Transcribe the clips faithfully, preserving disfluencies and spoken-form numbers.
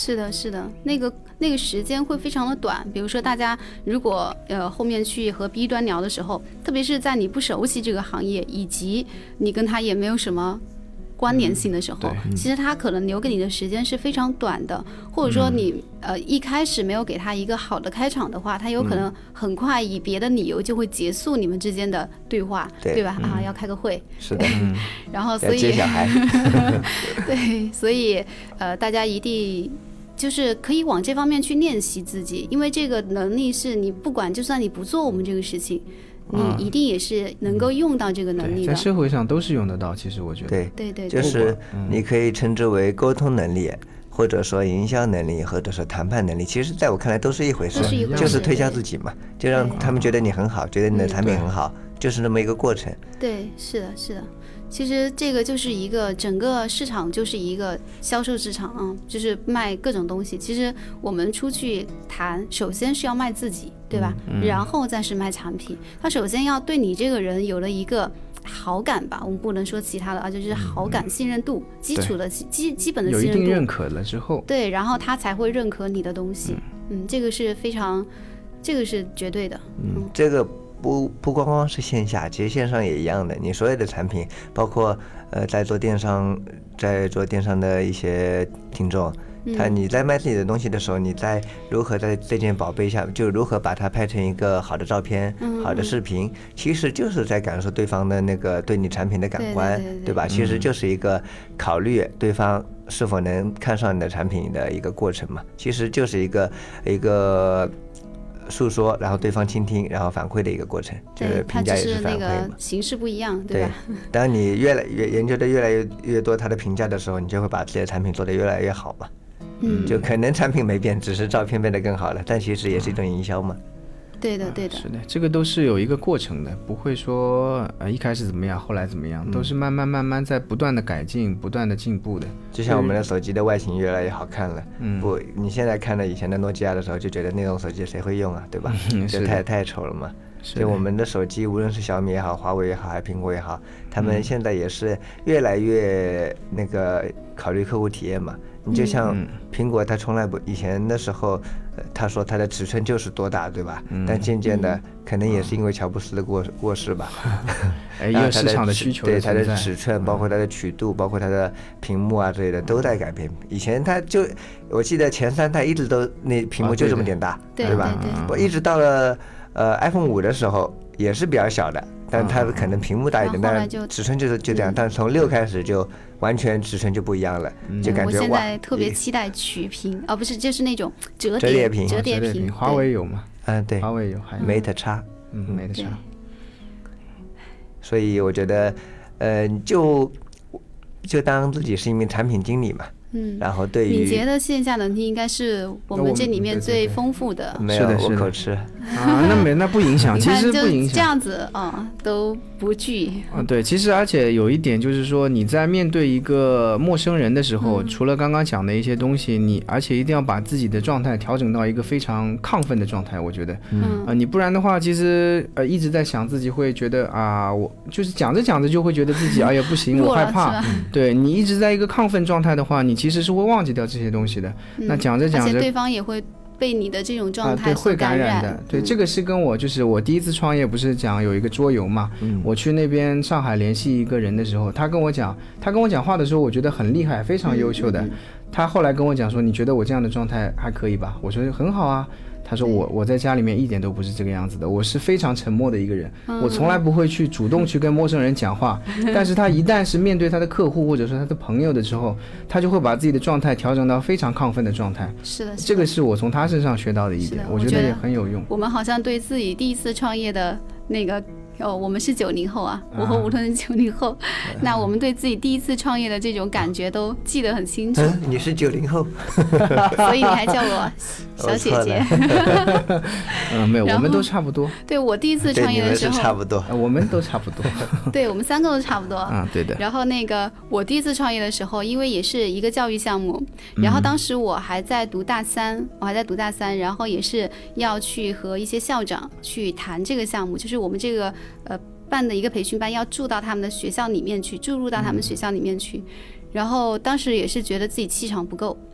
是的，是的，那个那个时间会非常的短。比如说，大家如果呃后面去和 B 端聊的时候，特别是在你不熟悉这个行业，以及你跟他也没有什么关联性的时候、嗯、其实他可能留给你的时间是非常短的，或者说你、嗯、呃一开始没有给他一个好的开场的话，他有可能很快以别的理由就会结束你们之间的对话， 对, 对吧、嗯、啊，要开个会， 是的， 然后所以接小孩对，所以呃大家一定就是可以往这方面去练习自己，因为这个能力是你不管就算你不做我们这个事情，你一定也是能够用到这个能力的、 嗯、在社会上都是用得到。其实我觉得对对对， 就是你可以称之为沟通能力、嗯、或者说营销能力，或者说谈判能力，其实在我看来都是一回事， 是一回事， 就是推销自己嘛，就让他们觉得你很好，觉得你的产品很好、嗯、就是那么一个过程。 对，是的是的，其实这个就是一个整个市场就是一个销售市场啊，就是卖各种东西。其实我们出去谈，首先是要卖自己，对吧、嗯、然后再是卖产品。他首先要对你这个人有了一个好感吧，我们不能说其他的啊，就是好感、嗯、信任度，基础的基基本的信任度有一定认可了之后， 对，然后他才会认可你的东西。嗯, 嗯这个是非常，这个是绝对的。 嗯，嗯这个不不光光是线下，其实线上也一样的。你所有的产品，包括呃在做电商，在做电商的一些听众，他你在卖自己的东西的时候，你在如何在这件宝贝下，就如何把它拍成一个好的照片、嗯、好的视频，其实就是在感受对方的那个对你产品的感官， 对, 对, 对, 对, 对吧？其实就是一个考虑对方是否能看上你的产品的一个过程嘛。其实就是一个一个诉说，然后对方倾听，然后反馈的一个过程，就是评价也是反馈嘛。 它只是那个形式不一样，对吧？ 对，当你越来越研究的越来越越多他的评价的时候，你就会把自己的产品做得越来越好嘛。嗯，就可能产品没变，只是照片变得更好了，但其实也是一种营销嘛。 对的对的、 啊、是的，这个都是有一个过程的，不会说呃一开始怎么样后来怎么样、嗯、都是慢慢慢慢在不断的改进不断的进步的。 就像我们的手机的外形越来越好看了，嗯，不，你现在看了以前的诺基亚的时候就觉得那种手机谁会用啊，对吧？嗯、就太太丑了嘛。所以我们的手机无论是小米也好，华为也好，还是苹果也好，他们现在也是越来越那个考虑客户体验嘛。你就像苹果，它从来不以前的时候，呃、他说它的尺寸就是多大，对吧？嗯、但渐渐的，可能也是因为乔布斯的过过世吧， 哎，有市场的需求的， 对它的尺寸，包括它的曲度，包括它的屏幕啊之类的都在改变。以前它就，我记得前三代一直都那屏幕就这么点大， 啊、对, 对, 对吧？我一直到了呃 iPhone 五的时候也是比较小的。但它可能屏幕大一点，但是尺寸就是就这样。嗯、但是从六开始就完全尺寸就不一样了，嗯、就感觉哇！ 我现在特别期待曲屏，哦，不是，就是那种折叠屏， 折叠屏。 华为有吗？ 嗯，对， 华为有，还有 Mate X， 嗯 ，Mate X。 所以我觉得，呃，就就当自己是一名产品经理嘛。嗯，然后对于敏捷的线下能力应该是我们这里面最丰富的。 没有，我口吃啊，那没那不影响，其实不影响。 这样子啊、嗯，都不惧啊。对，其实而且有一点就是说，你在面对一个陌生人的时候，嗯、除了刚刚讲的一些东西，你而且一定要把自己的状态调整到一个非常亢奋的状态。我觉得，嗯啊，你不然的话，其实呃一直在想自己会觉得啊，我就是讲着讲着就会觉得自己哎呀不行，我害怕。对你一直在一个亢奋状态的话，你其实是会忘记掉这些东西的。嗯、那讲着讲着， 而且对方也会被你的这种状态所感染、啊、 对，会感染的。对、嗯，这个是跟我就是我第一次创业不是讲有一个桌游嘛、嗯，我去那边上海联系一个人的时候，他跟我讲，他跟我讲话的时候，我觉得很厉害，非常优秀的。嗯嗯、他后来跟我讲说，你觉得我这样的状态还可以吧？我说很好啊。他说我我在家里面一点都不是这个样子的，我是非常沉默的一个人，嗯、我从来不会去主动去跟陌生人讲话，嗯、但是他一旦是面对他的客户或者说他的朋友的时候，他就会把自己的状态调整到非常亢奋的状态。 是的，是的， 这个是我从他身上学到的一点，我觉得也很有用。 我们好像对自己第一次创业的那个。哦，我们是九零后啊，我和吴吞是九零后、啊，那我们对自己第一次创业的这种感觉都记得很清楚。 嗯，你是九零后， 所以你还叫我小姐姐。 嗯，没有，我们都差不多。 对，我第一次创业的时候， 差不多， 我们都差不多。 对，我们三个都差不多。 啊，对的。 然后那个我第一次创业的时候，因为也是一个教育项目，然后当时我还在读大三，嗯、我还在读大三，然后也是要去和一些校长去谈这个项目，就是我们这个。呃，办的一个培训班要住到他们的学校里面去，注入到他们学校里面去，嗯、然后当时也是觉得自己气场不够，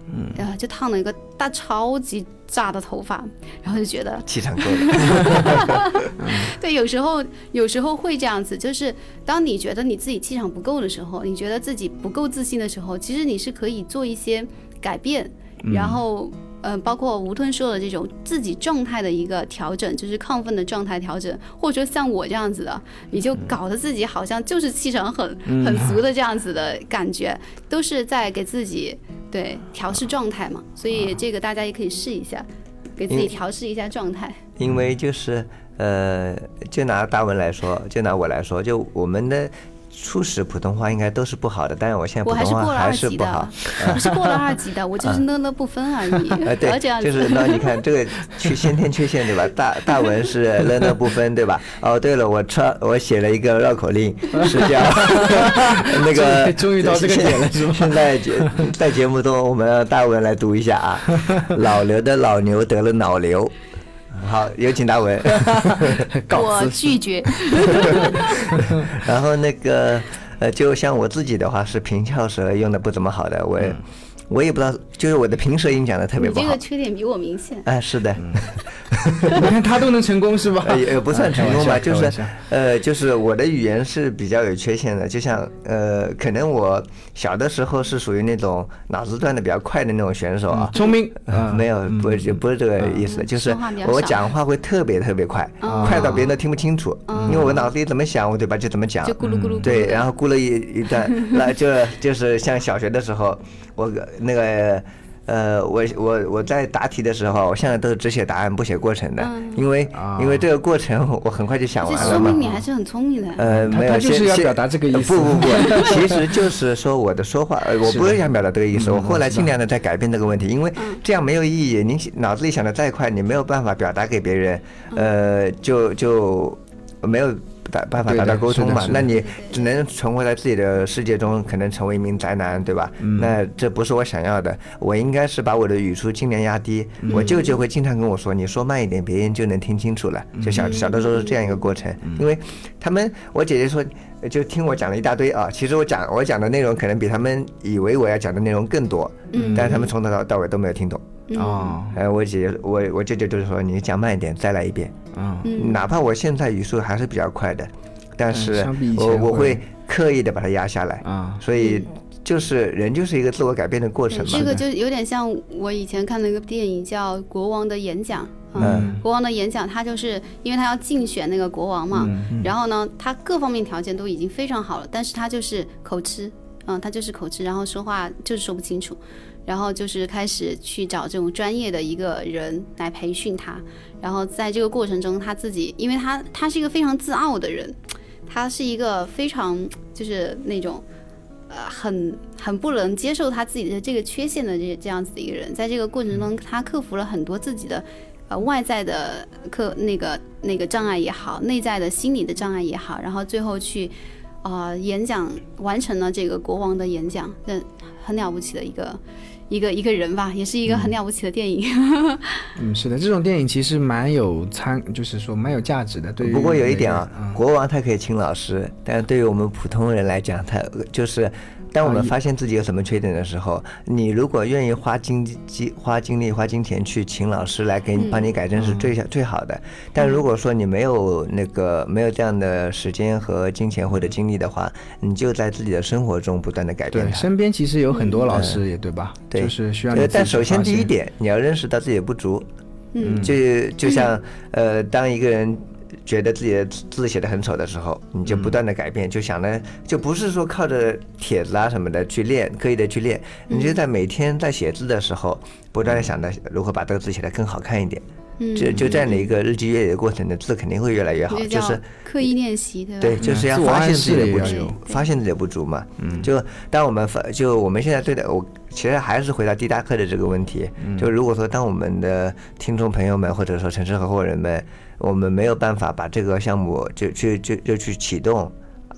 嗯，呃，就烫了一个大超级炸的头发，然后就觉得气场够了。 对，有时候有时候会这样子，就是当你觉得你自己气场不够的时候，你觉得自己不够自信的时候，其实你是可以做一些改变，然后。嗯呃，包括吴吞说的这种自己状态的一个调整，就是亢奋的状态调整，或者说像我这样子的，你就搞得自己好像就是气场很很足的这样子的感觉，都是在给自己对调试状态嘛。所以这个大家也可以试一下，给自己调试一下状态。 因为就是呃，就拿大文来说，就拿我来说，就我们的。初始普通话应该都是不好的，但是我现在普通话还是不好。 我是过了二级的，我就是呢呢不分而已。 呃，对， 这样子就是那你看这个缺先天缺陷对吧？大大文是呢呢不分对吧？哦，对了，我穿我写了一个绕口令，是叫那个终于到这个点了是吧？ 现在在节目中，我们让大文来读一下啊。老刘的老牛得了脑瘤。好，有请大文。 我拒绝。 然后那个呃，就像我自己的话是平翘舌用的不怎么好的，我、嗯、我也不知道，就是我的平舌音讲的特别不好。 你这个缺点比我明显。 哎，是的。 嗯你看他都能成功是吧？ 也不算成功吧，就是呃，就是我的语言是比较有缺陷的，就像呃，可能我小的时候是属于那种脑子转的比较快的那种选手啊， 聪明、 呃、没有，不是不是这个意思，就是我讲话会特别特别快，快到别人都听不清楚，因为我脑子里怎么想，我嘴巴就怎么讲， 就咕噜咕噜。 对，然后咕噜一一段，那就就是像小学的时候，我那个。呃，我我我在答题的时候，我现在都是只写答案不写过程的，嗯、因为、啊、因为这个过程我很快就想完了嘛。 说明你还是很聪明的。 呃，没有， 他就是要表达这个意思。 不不不，其实就是说我的说话，呃、我不是想表达这个意思。我后来尽量的在改变这个问题，因为这样没有意义。你脑子里想的再快，你没有办法表达给别人，呃，就就没有。办法达到沟通嘛？那你只能存活在自己的世界中，可能成为一名宅男，对吧？嗯、那这不是我想要的。我应该是把我的语速尽量压低。嗯、我舅舅会经常跟我说：“你说慢一点，别人就能听清楚了。”就小小的时候是这样一个过程。嗯、因为他们，我姐姐说，就听我讲了一大堆啊。其实我讲我讲的内容可能比他们以为我要讲的内容更多，嗯、但是他们从头到到尾都没有听懂。 哦， 呃，我姐姐，我我舅舅就是说，你讲慢一点，再来一遍。嗯，哪怕我现在语速还是比较快的，但是我我会刻意的把它压下来啊。所以就是人就是一个自我改变的过程嘛。 这个就有点像我以前看的一个电影叫《国王的演讲》。嗯，国王的演讲，他就是因为他要竞选那个国王嘛，嗯、然后呢，他各方面条件都已经非常好了，但是他就是口吃，嗯，他就是口吃，然后说话就是说不清楚。然后就是开始去找这种专业的一个人来培训他，然后在这个过程中，他自己，因为他他是一个非常自傲的人，他是一个非常就是那种呃很很不能接受他自己的这个缺陷的这这样子的一个人，在这个过程中，他克服了很多自己的呃外在的克那个那个障碍也好，内在的心理的障碍也好，然后最后去呃演讲完成了这个国王的演讲，这很了不起的一个。一个一个人吧，也是一个很了不起的电影。 嗯，是的，这种电影其实蛮有参，就是说蛮有价值的。对于不过有一点啊，嗯、国王他可以请老师，但对于我们普通人来讲，他就是当我们发现自己有什么缺点的时候，你如果愿意花精力、花精力、花金钱去请老师来给你帮你改正，是最、嗯、最好的。但如果说你没有那个没有这样的时间和金钱或者精力的话，你就在自己的生活中不断的改变它。 对，身边其实有很多老师也、嗯、对吧？ 对， 就是需要你自己但首先第一点，你要认识到自己的不足。嗯，就就像呃，当一个人觉得自己的字写得很丑的时候，你就不断的改变，嗯、就想着就不是说靠着帖子啊什么的去练，刻意的去练，你就在每天在写字的时候，不断的想着如何把这个字写得更好看一点。嗯，就就这样的一个日积月累的过程，的字肯定会越来越好，就是刻意练习，对吧？ 对，就是要发现自己的不足，发现自己的不足嘛。嗯，就当我们发，就我们现在对的，我其实还是回到地大课的这个问题。嗯，就如果说当我们的听众朋友们或者说城市合伙人们，我们没有办法把这个项目就去就就去启动。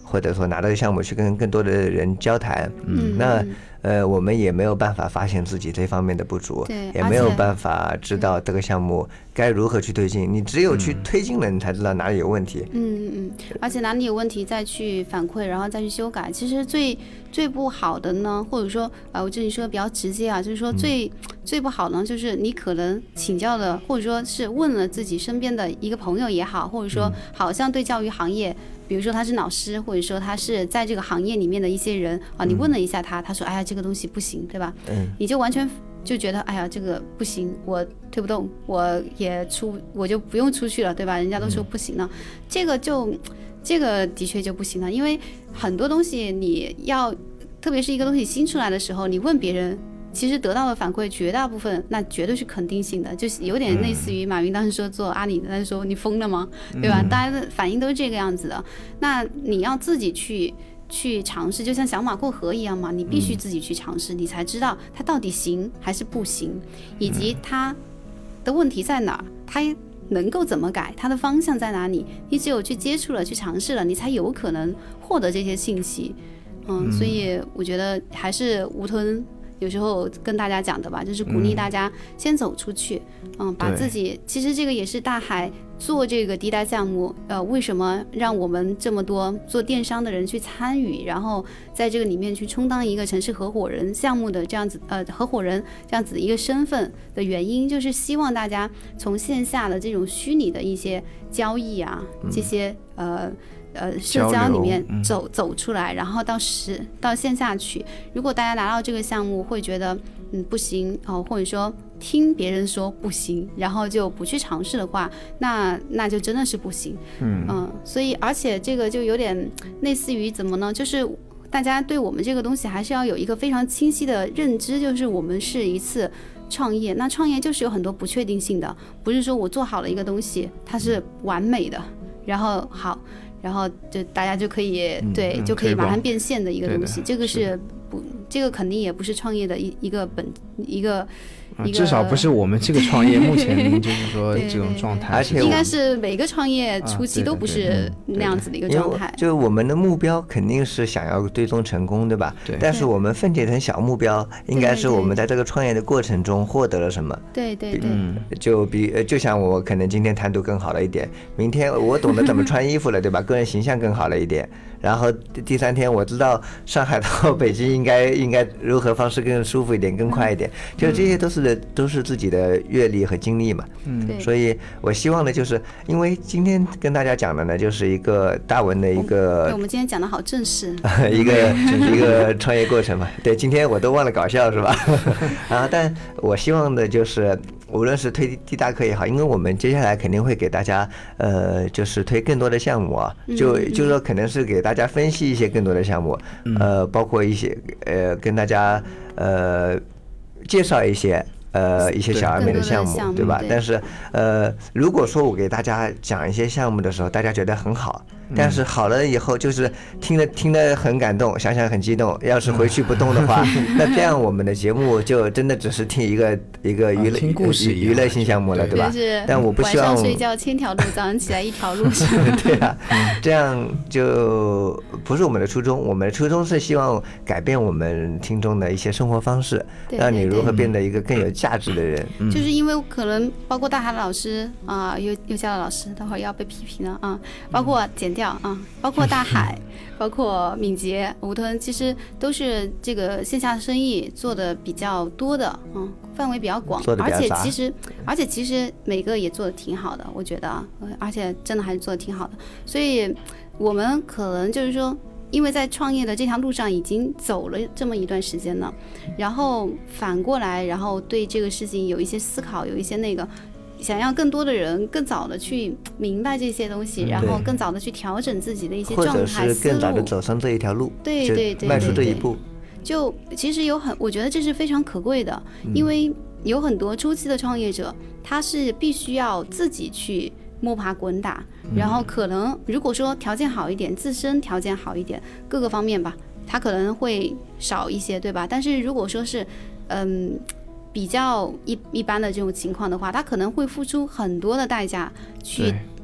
或者说拿这个项目去跟更多的人交谈， 嗯， 那呃我们也没有办法发现自己这方面的不足， 对， 也没有办法知道这个项目该如何去推进。你只有去推进了，你才知道哪里有问题。 嗯嗯，而且哪里有问题再去反馈，然后再去修改。其实最最不好的呢，或者说呃我这里说的比较直接啊，就是说最、嗯、最不好呢，就是你可能请教的，或者说是问了自己身边的一个朋友也好，或者说好像对教育行业。比如说他是老师，或者说他是在这个行业里面的一些人啊，你问了一下他，他说哎呀这个东西不行，对吧？嗯，你就完全就觉得哎呀这个不行，我推不动，我也出我就不用出去了，对吧？人家都说不行了，嗯、这个就这个的确就不行了，因为很多东西你要，特别是一个东西新出来的时候，你问别人。其实得到的反馈绝大部分那绝对是肯定性的，就是有点类似于马云当时说做阿里的，他说你疯了吗？对吧？大家的反应都是这个样子的。那你要自己去去尝试，就像小马过河一样嘛，你必须自己去尝试，你才知道它到底行还是不行，以及它的问题在哪儿，它能够怎么改，它的方向在哪里。你只有去接触了，去尝试了，你才有可能获得这些信息。嗯，所以我觉得还是吴吞有时候跟大家讲的吧，就是鼓励大家先走出去，嗯，把自己，其实这个也是大海做这个滴答项目，呃，为什么让我们这么多做电商的人去参与，然后在这个里面去充当一个城市合伙人项目的这样子，呃，合伙人这样子的一个身份的原因，就是希望大家从线下的这种虚拟的一些交易啊，这些呃。呃，社交里面走、嗯、走出来，然后到实到线下去。如果大家拿到这个项目会觉得嗯不行哦，或者说听别人说不行，然后就不去尝试的话，那那就真的是不行。嗯嗯、呃，所以而且这个就有点类似于怎么呢？就是大家对我们这个东西还是要有一个非常清晰的认知，就是我们是一次创业，那创业就是有很多不确定性的，不是说我做好了一个东西它是完美的，然后好。然后就大家就可以、嗯、对、嗯、就可以马上变现的一个东西，这个是不，这个肯定也不是创业的一一个本一个。 至少不是我们这个创业目前就是说这种状态， 而且应该是每个创业初期都不是那样子的一个状态。 就我们的目标肯定是想要最终成功，对吧？对。但是我们分解成小目标，应该是我们在这个创业的过程中获得了什么？ 对对对。 嗯。就比就像我可能今天谈吐更好了一点，明天我懂得怎么穿衣服了，对吧？个人形象更好了一点。然后第三天我知道上海到北京应该应该如何方式更舒服一点更快一点，就这些都是都是自己的阅历和经历嘛。嗯，所以我希望的就是因为今天跟大家讲的呢就是一个大文的一个、 哦、我们今天讲的好正式一个一个创业过程嘛。对，今天我都忘了搞笑是吧？啊，但我希望的就是无论是推滴答课也好，因为我们接下来肯定会给大家呃就是推更多的项目啊，就嗯嗯就是说可能是给大家分析一些更多的项目，呃包括一些呃跟大家呃介绍一些呃一些小而美的项目，对吧？但是呃如果说我给大家讲一些项目的时候大家觉得很好，但是好了以后就是听了听得很感动，想想很激动，要是回去不动的话那这样我们的节目就真的只是听一个一个娱乐、 啊、听故事娱乐性项目了， 对, 对吧？但我不希望晚上睡觉千条路，早上起来一条路对啊，这样就不是我们的初衷。我们的初衷是希望改变我们听众的一些生活方式， 对对对， 让你如何变得一个更有价值的人。 嗯、就是因为可能包括大海老师啊，幼幼教的老师，待会儿要被批评了啊，包括剪掉啊，包括大海，包括敏捷、吴吞，其实都是这个线下生意做的比较多的，嗯，范围比较广，而且其实，而且其实每个也做的挺好的，我觉得，而且真的还是做的挺好的，所以我们可能就是说，因为在创业的这条路上已经走了这么一段时间了，然后反过来，然后对这个事情有一些思考，有一些那个。想要更多的人更早的去明白这些东西，然后更早的去调整自己的一些状态， 或者是更早的走上这一条路， 对对对， 迈出这一步。 就其实有很，我觉得这是非常可贵的，因为有很多初期的创业者，他是必须要自己去摸爬滚打，然后可能如果说条件好一点，自身条件好一点，各个方面吧，他可能会少一些，对吧？但是如果说是，嗯。比较一一般的这种情况的话，他可能会付出很多的代价去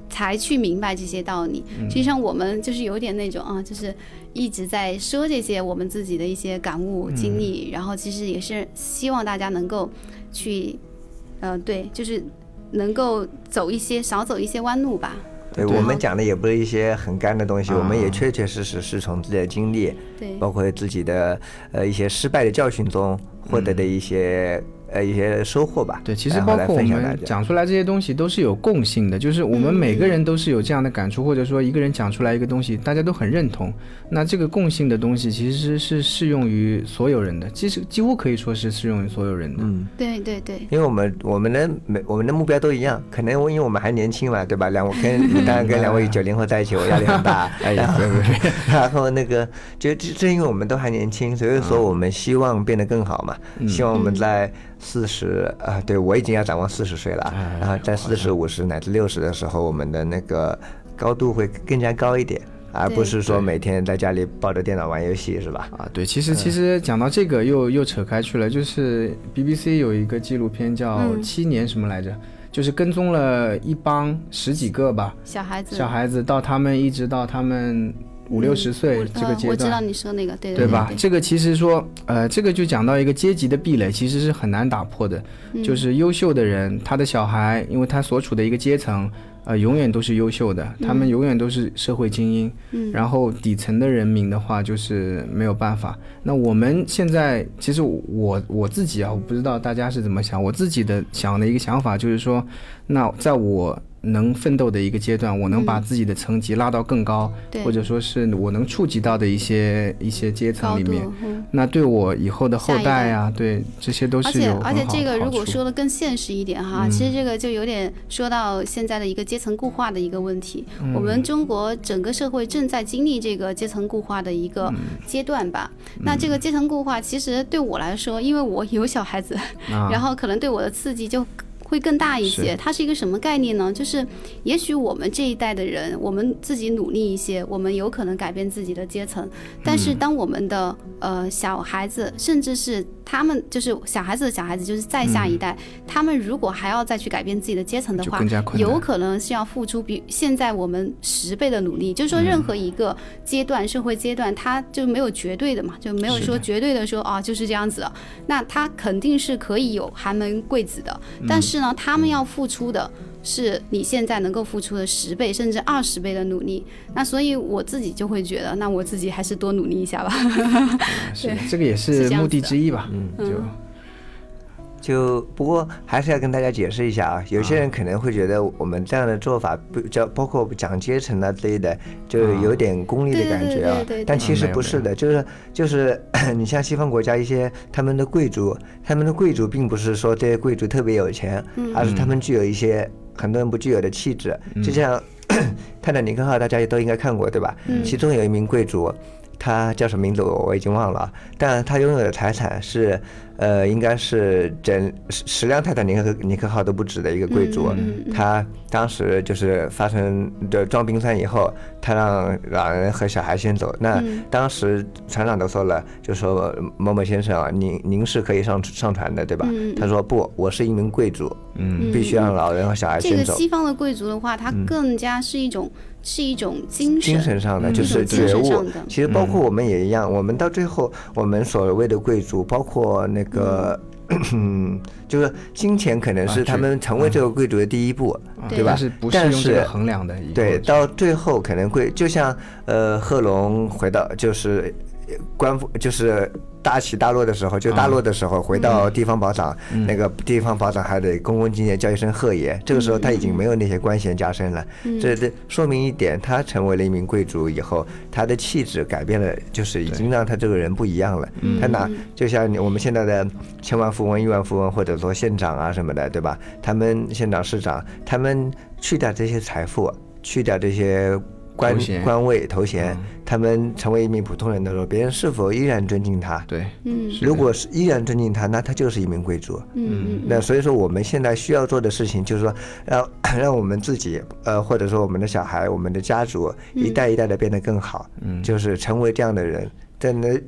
才去明白这些道理。实际上我们就是有点那种啊，就是一直在说这些我们自己的一些感悟经历，然后其实也是希望大家能够去，呃，对，就是能够走一些少走一些弯路吧。 对，我们讲的也不是一些很干的东西，我们也确确实实是从自己的经历， 对， 包括自己的呃一些失败的教训中获得的一些、嗯呃，一些收获吧。 对，其实包括我们讲出来这些东西都是有共性的，就是我们每个人都是有这样的感触，嗯、或者说一个人讲出来一个东西，大家都很认同。那这个共性的东西其实是适用于所有人的，其实几乎可以说是适用于所有人的。 嗯， 对对对。 因为我们我们的每我们的目标都一样，可能因为我们还年轻嘛，对吧？两跟当然跟两位九零后在一起，我压力很大。哎呀，然后那个就正因为我们都还年轻，所以说我们希望变得更好嘛，嗯、希望我们在四十啊，对我已经要展望四十岁了，嗯、然后在四十五十乃至六十的时候，我们的那个高度会更加高一点，而不是说每天在家里抱着电脑玩游戏，是吧？ 啊，对，其实其实讲到这个又又扯开去了，就是 B B C 有一个纪录片叫《七年什么来着》。嗯，就是跟踪了一帮十几个吧小孩子， 小孩子到他们一直到他们五六十岁这个阶段、嗯呃， 我知道你说那个，对对对, 对吧？这个其实说，呃，这个就讲到一个阶级的壁垒，其实是很难打破的。嗯、就是优秀的人，他的小孩，因为他所处的一个阶层，呃，永远都是优秀的，他们永远都是社会精英。嗯，然后底层的人民的话，就是没有办法。那我们现在，其实我我自己啊，我不知道大家是怎么想，我自己的想的一个想法就是说，那在我能奋斗的一个阶段，我能把自己的层级拉到更高， 嗯、 或者说是我能触及到的一些一些阶层里面、嗯、那对我以后的后代啊，对，这些都是有很好的好处。 而且而且这个如果说的更现实一点哈、嗯，其实这个就有点说到现在的一个阶层固化的一个问题、嗯、我们中国整个社会正在经历这个阶层固化的一个阶段吧、嗯、那这个阶层固化其实对我来说，因为我有小孩子、啊、然后可能对我的刺激就会更大一些。它是一个什么概念呢？就是也许我们这一代的人，我们自己努力一些，我们有可能改变自己的阶层，但是当我们的、嗯、呃小孩子，甚至是他们就是小孩子的小孩子，就是再下一代、嗯、他们如果还要再去改变自己的阶层的话，有可能是要付出比现在我们十倍的努力。就是说任何一个阶段、嗯、社会阶段它就没有绝对的嘛，就没有说绝对的说啊就是这样子的，那它肯定是可以有寒门贵子的、嗯、但是呢他们要付出的是你现在能够付出的十倍甚至二十倍的努力。那所以我自己就会觉得，那我自己还是多努力一下吧。 是这个也是目的之一吧。嗯，就就不过还是要跟大家解释一下啊，有些人可能会觉得我们这样的做法不叫包括讲阶层啊之类的，就有点功利的感觉啊。但其实不是的，就是就是你像西方国家一些他们的贵族，他们的贵族并不是说这些贵族特别有钱，而是他们具有一些很多人不具有的气质。就像泰坦尼克号大家都应该看过对吧？其中有一名贵族，他叫什么名字我我已经忘了，但他拥有的财产是呃，应该是整十辆泰坦尼克尼克号都不止的一个贵族。嗯、他当时就是发生的装冰山以后，他让老人和小孩先走。那当时船长都说了，就说某某先生啊，您您是可以上上船的，对吧？嗯、他说不，我是一名贵族，嗯，必须让老人和小孩先走。 这个西方的贵族的话，他更加是一种。嗯是一种精神精神上的，就是觉悟。其实包括我们也一样，嗯、我们到最后，我们所谓的贵族，包括那个，嗯，就是金钱可能是他们成为这个贵族的第一步， 啊、 对吧？ 但是不是用这个衡量的一个。 对，到最后可能会就像呃，贺龙回到就是官府就是。大起大落的时候，就大落的时候，回到地方保长，嗯、那个地方保长还得恭恭敬敬叫一声贺爷。这个时候他已经没有那些官衔加身了，嗯、这这说明一点，他成为了一名贵族以后，他的气质改变了，就是已经让他这个人不一样了。他拿就像我们现在的千万富翁、亿万富翁，或者说县长啊什么的，对吧？他们县长、市长，他们去掉这些财富，去掉这些。官官位头衔、嗯，他们成为一名普通人的时候，别人是否依然尊敬他？ 对， 嗯， 如果是依然尊敬他，那他就是一名贵族。嗯，那所以说我们现在需要做的事情就是说，让让我们自己，呃，或者说我们的小孩、我们的家族一代一代的变得更好，嗯，就是成为这样的人，在那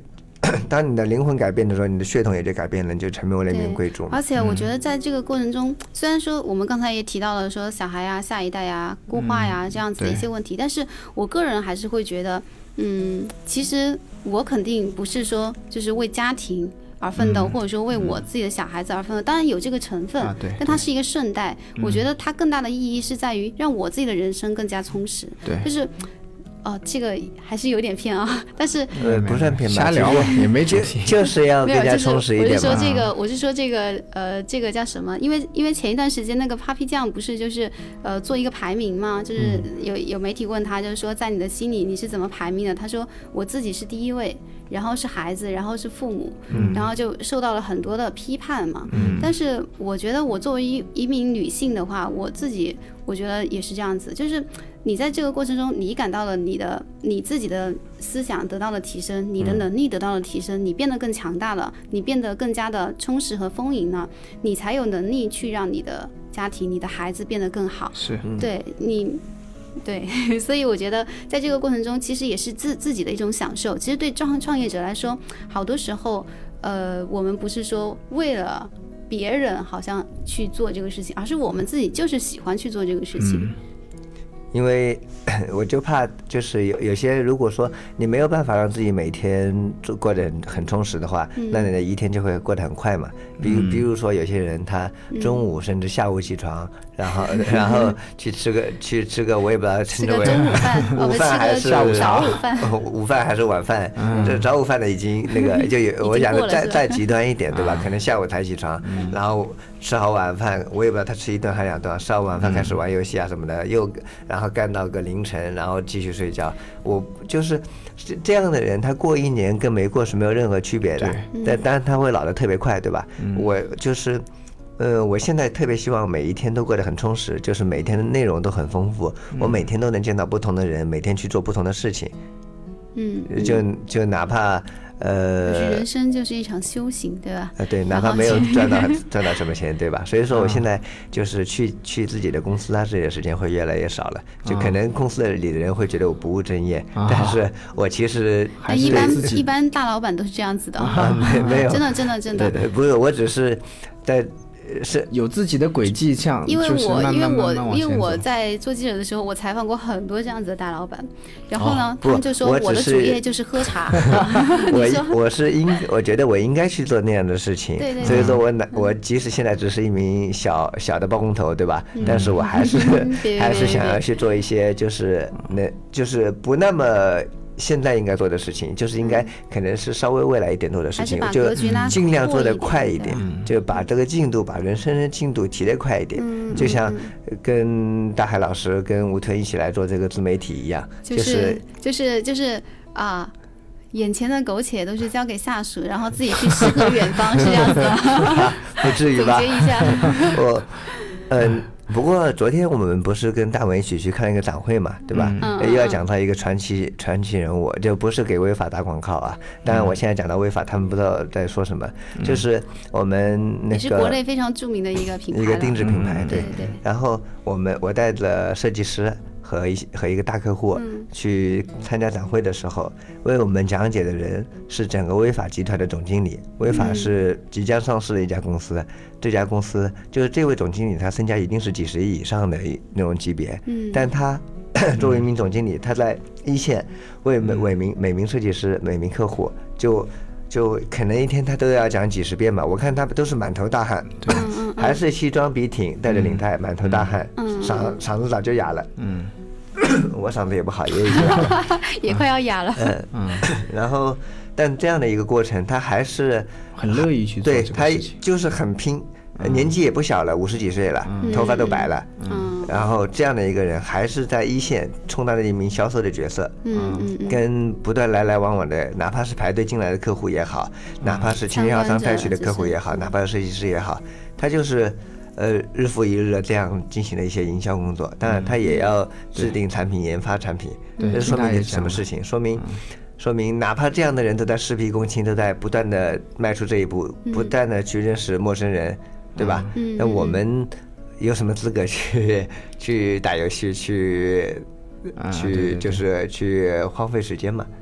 当你的灵魂改变的时候，你的血统也就改变了，你就成为了一名贵族。 而且我觉得在这个过程中，嗯、虽然说我们刚才也提到了说小孩呀、下一代呀、固化呀、嗯、这样子的一些问题，但是我个人还是会觉得，嗯，其实我肯定不是说就是为家庭而奋斗、嗯、或者说为我自己的小孩子而奋斗、嗯、当然有这个成分、啊、但它是一个顺带、嗯、我觉得它更大的意义是在于让我自己的人生更加充实。 对， 就是哦，这个还是有点偏啊，但是呃不算偏吧， 瞎聊也没主题， 就是要更加充实一点嘛。 我是说这个，我是说这个，呃，这个叫什么？因为因为前一段时间那个 Papi 酱不是就是呃做一个排名嘛，就是有有媒体问他，就是说在你的心里你是怎么排名的？他说我自己是第一位，然后是孩子，然后是父母，嗯、然后就受到了很多的批判嘛。嗯、但是我觉得我作为一一名女性的话，我自己我觉得也是这样子，就是你在这个过程中，你感到了你的你自己的思想得到了提升，你的能力得到了提升，你变得更强大了，你变得更加的充实和丰盈了，你才有能力去让你的家庭、你的孩子变得更好。 是， 对你。对，所以我觉得在这个过程中，其实也是自自己的一种享受。其实对创创业者来说，好多时候，呃，我们不是说为了别人好像去做这个事情，而是我们自己就是喜欢去做这个事情。嗯， 因为我就怕就是有有些如果说你没有办法让自己每天过得很很充实的话、嗯、那你的一天就会过得很快嘛。比如、嗯、比如说有些人他中午甚至下午起床、嗯、然后然后去吃个去吃个我也不知道称之为中午饭午饭还是早午饭午饭还是晚饭、嗯、这早午饭的已经那个就有我讲的再再极端一点对吧，可能下午才起床、嗯、然后吃好晚饭，我也不知道他吃一顿还两顿，吃好晚饭开始玩游戏啊什么的、嗯、又然后干到个凌晨，然后继续睡觉。我就是这样的人，他过一年跟没过是没有任何区别的，但当然他会老得特别快，对吧？嗯、我就是呃，我现在特别希望每一天都过得很充实，就是每天的内容都很丰富、嗯、我每天都能见到不同的人，每天去做不同的事情。 嗯， 就就哪怕呃， 就是人生就是一场修行，对吧？ 呃，对，哪怕没有赚到赚到什么钱，对吧？所以说我现在就是去去自己的公司啊，自己的时间会越来越少了。就可能公司里的人会觉得我不务正业， 啊、 但是我其实还是一般一般大老板都是这样子的， 啊、没没有， 真的真的真的， 对对，不是，我只是在。是有自己的轨迹，像因为我因为我因为我在在做记者的时候，我采访过很多这样子的大老板，然后呢， 哦、 他们就说我的主业就是喝茶。 我我是应我觉得我应该去做那样的事情， 对对对， 所以说我哪我即使现在只是一名小小的包工头，对吧？嗯、但是我还是还是想要去做一些就是那就是不那么。现在应该做的事情，就是应该可能是稍微未来一点做的事情，就尽量做得快一点，就把这个进度，把人生的进度提得快一点。嗯、就像跟大海老师、跟吴屯一起来做这个自媒体一样， 就是就是就是啊，眼前的苟且都是交给下属，然后自己去诗和远方，是这样子吗？ 不至于吧？ 总结一下， 我嗯。不过昨天我们不是跟大文一起去看一个展会嘛，对吧？嗯、又要讲到一个传奇传奇人物，就不是给威法打广告啊。当然，我现在讲到威法，他们不知道在说什么。嗯、就是我们那个也是国内非常著名的一个品牌， 一个定制品牌， 嗯、 对。 对对。 然后我们我带着设计师和一和一个大客户去参加展会的时候，为我们讲解的人是整个威法集团的总经理。威法是即将上市的一家公司。这家公司就是这位总经理，他身家一定是几十亿以上的那种级别。嗯，但他作为一名总经理，他在一线为每每名每名设计师、每名客户，就就可能一天他都要讲几十遍嘛。我看他都是满头大汗，对，还是西装笔挺，带着领带，满头大汗，嗓嗓子早就哑了。嗯，我嗓子也不好，也已经也快要哑了。 嗯嗯，然后。但这样的一个过程，他还是很乐意去做这个事情， 对，他就是很拼，嗯、年纪也不小了，五十几岁了，嗯、头发都白了，嗯、然后这样的一个人还是在一线充当了一名销售的角色，嗯、跟不断来来往往的，哪怕是排队进来的客户也好，嗯、哪怕是经销商带去的客户也好，哪怕是设计师也好，他就是呃日复一日的这样进行了一些营销工作。当然，他也要制定产品、研发产品，这说明什么事情？说明。说明哪怕这样的人都在事必躬亲，都在不断的迈出这一步，不断的去认识陌生人，对吧？嗯、那我们有什么资格去去打游戏，去、啊、去就是去荒废时间嘛？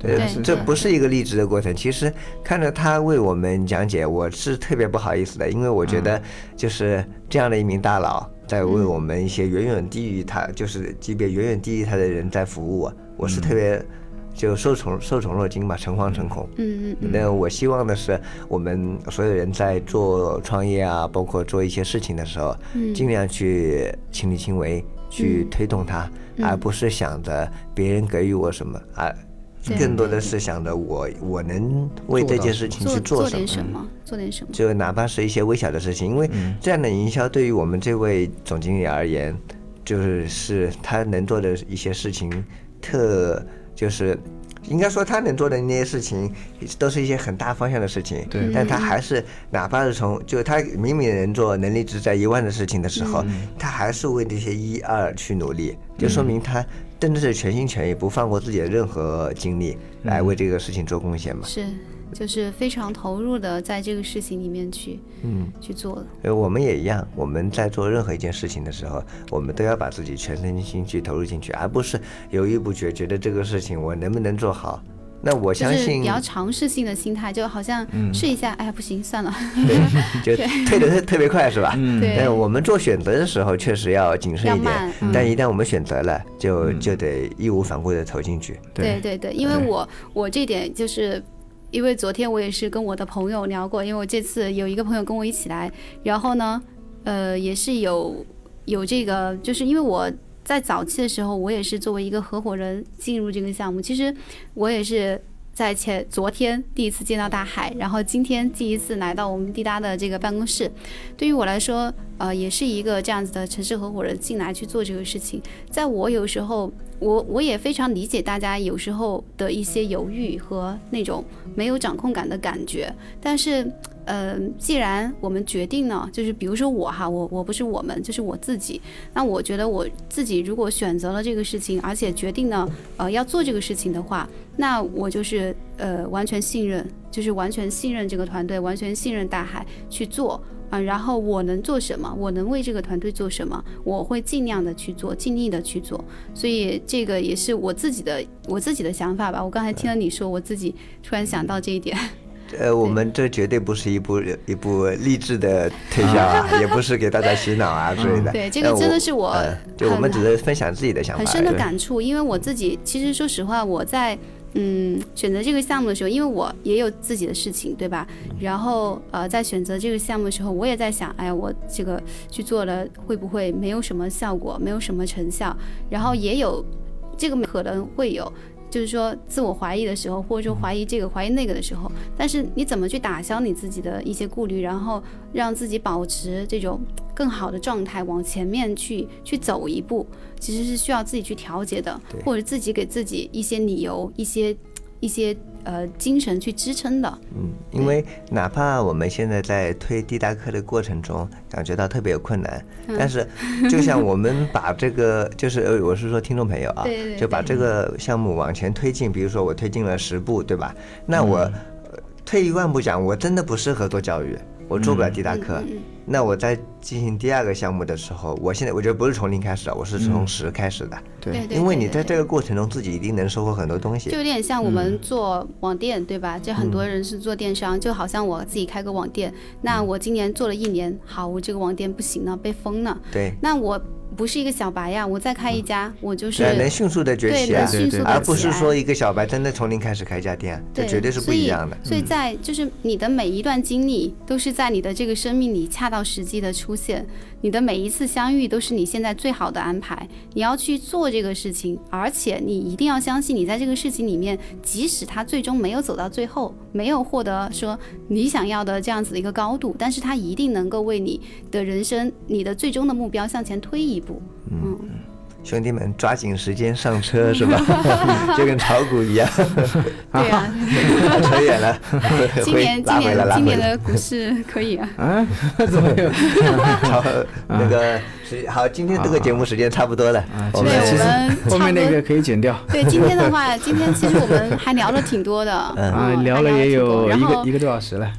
对呃， 对这不是一个励志的过程。其实看着他为我们讲解，我是特别不好意思的，因为我觉得就是这样的一名大佬在为我们一些远远低于他，就是级别远远低于他的人在服务，我是特别就受宠受宠若惊吧，诚惶诚恐。 嗯嗯那我希望的是，我们所有人在做创业啊，包括做一些事情的时候， 嗯尽量去亲力亲为，去推动它， 嗯而不是想着别人给予我什么啊。 对更多的是想着我我能为这件事情做去做什么， 点什么，做点什么。 就哪怕是一些微小的事情，因为这样的营销对于我们这位总经理而言，就是是他能做的一些事情，特就是应该说他能做的那些事情，都是一些很大方向的事情。 对， 但他还是哪怕是从就他明明能做能力值在一万的事情的时候，他还是为这些一二去努力，就说明他真的是全心全意，不放过自己的任何精力来为这个事情做贡献嘛。 是，就是非常投入的在这个事情里面去，嗯，去做的。 呃，我们也一样，我们在做任何一件事情的时候，我们都要把自己全身心去投入进去，而不是犹豫不决，觉得这个事情我能不能做好。那我相就是信， 比较尝试性的心态，就好像试一下，哎呀不行，算了。 对，就退得特特别快，是吧？ 对但我们做选择的时候，确实要谨慎一点要慢。嗯但一旦我们选择了，就就得义无反顾的投进去。 对对对，因为我我这点就是。因为昨天我也是跟我的朋友聊过，因为我这次有一个朋友跟我一起来，然后呢，呃，也是有有这个，就是因为我在早期的时候，我也是作为一个合伙人进入这个项目，其实我也是在前昨天第一次见到大海，然后今天第一次来到我们滴答的这个办公室，对于我来说，呃，也是一个这样子的城市合伙人进来去做这个事情，在我有时候。我我也非常理解大家有时候的一些犹豫和那种没有掌控感的感觉，但是，呃，既然我们决定呢，就是比如说我哈，我我不是我们，就是我自己，那我觉得我自己如果选择了这个事情，而且决定呢，呃，要做这个事情的话，那我就是呃完全信任，就是完全信任这个团队，完全信任大海去做。啊，然后我能做什么？我能为这个团队做什么？我会尽量的去做，尽力的去做。所以这个也是我自己的我自己的想法吧。我刚才听了你说，我自己突然想到这一点。 呃，我们这绝对不是一部一部励志的推销啊，也不是给大家洗脑啊之类的。 对，这个真的是我， 呃、就我们只是分享自己的想法， 很深的感触。因为我自己其实说实话，我在。嗯，选择这个项目的时候，因为我也有自己的事情，对吧？然后呃，在选择这个项目的时候，我也在想，哎呀，我这个去做了会不会没有什么效果，没有什么成效？然后也有这个可能会有，就是说自我怀疑的时候，或者说怀疑这个怀疑那个的时候，但是你怎么去打消你自己的一些顾虑，然后让自己保持这种更好的状态，往前面去去走一步，其实是需要自己去调节的，或者自己给自己一些理由，一些一些呃精神去支撑的。 嗯，因为哪怕我们现在在推滴答课的过程中，感觉到特别有困难，嗯、但是就像我们把这个，就是呃，我是说听众朋友啊， 对对对， 就把这个项目往前推进，比如说我推进了十步，对吧？那我、嗯呃、退一万步讲，我真的不适合做教育，我做不了滴答课。嗯嗯嗯那我在进行第二个项目的时候，我现在我觉得不是从零开始的，我是从十开始的。 对， 因为你在这个过程中自己一定能收获很多东西。 就有点像我们做网店，嗯、对吧？就很多人是做电商，嗯、就好像我自己开个网店，那我今年做了一年，好，我这个网店不行了，被封了。 对， 那我不是一个小白呀，我再开一家，嗯、我就是能迅速的崛起啊， 对，迅速的而不是说一个小白真的从零开始开一家店，这绝对是不一样的。 所以，所以在就是你的每一段经历，都是在你的这个生命里恰到实际的出现，你的每一次相遇都是你现在最好的安排。你要去做这个事情，而且你一定要相信，你在这个事情里面，即使它最终没有走到最后，没有获得说你想要的这样子的一个高度，但是它一定能够为你的人生、你的最终的目标向前推一步。嗯。嗯， 兄弟们，抓紧时间上车是吧？就跟炒股一样。 对啊， 扯远了。 今年今年今年的股市可以啊。 啊？怎么有？ 炒那个好，今天这个节目时间差不多了。 啊， 我们其实后面那个可以剪掉。 对，今天的话，今天其实我们还聊了挺多的。 啊，聊了也有一个一个多小时了。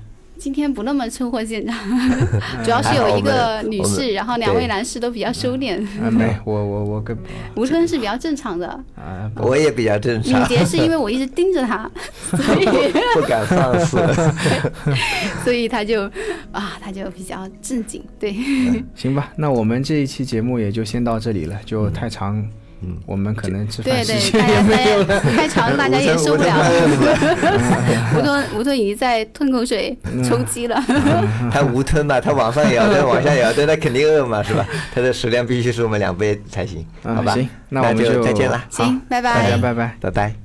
今天不那么车祸现场，主要是有一个女士，然后两位男士都比较收敛。 啊，没，我我我跟吴吞是比较正常的， 啊， 我也比较正常。 敏捷是因为我一直盯着他，所以不敢放肆， 所以他就啊，他就比较正经。对， 行吧，那我们这一期节目也就先到这里了，就太长。嗯，我们可能吃饭时间也没有了， 太长大家也受不了了。吴吞吴吞已经在吞口水充饥了。 他无吞嘛，他往上也要吞，往下也要吞，他肯定饿嘛，是吧？他的食量必须是我们两倍才行，好吧？ 行，那我们就再见了。 行，拜拜， 大家拜拜， 拜拜。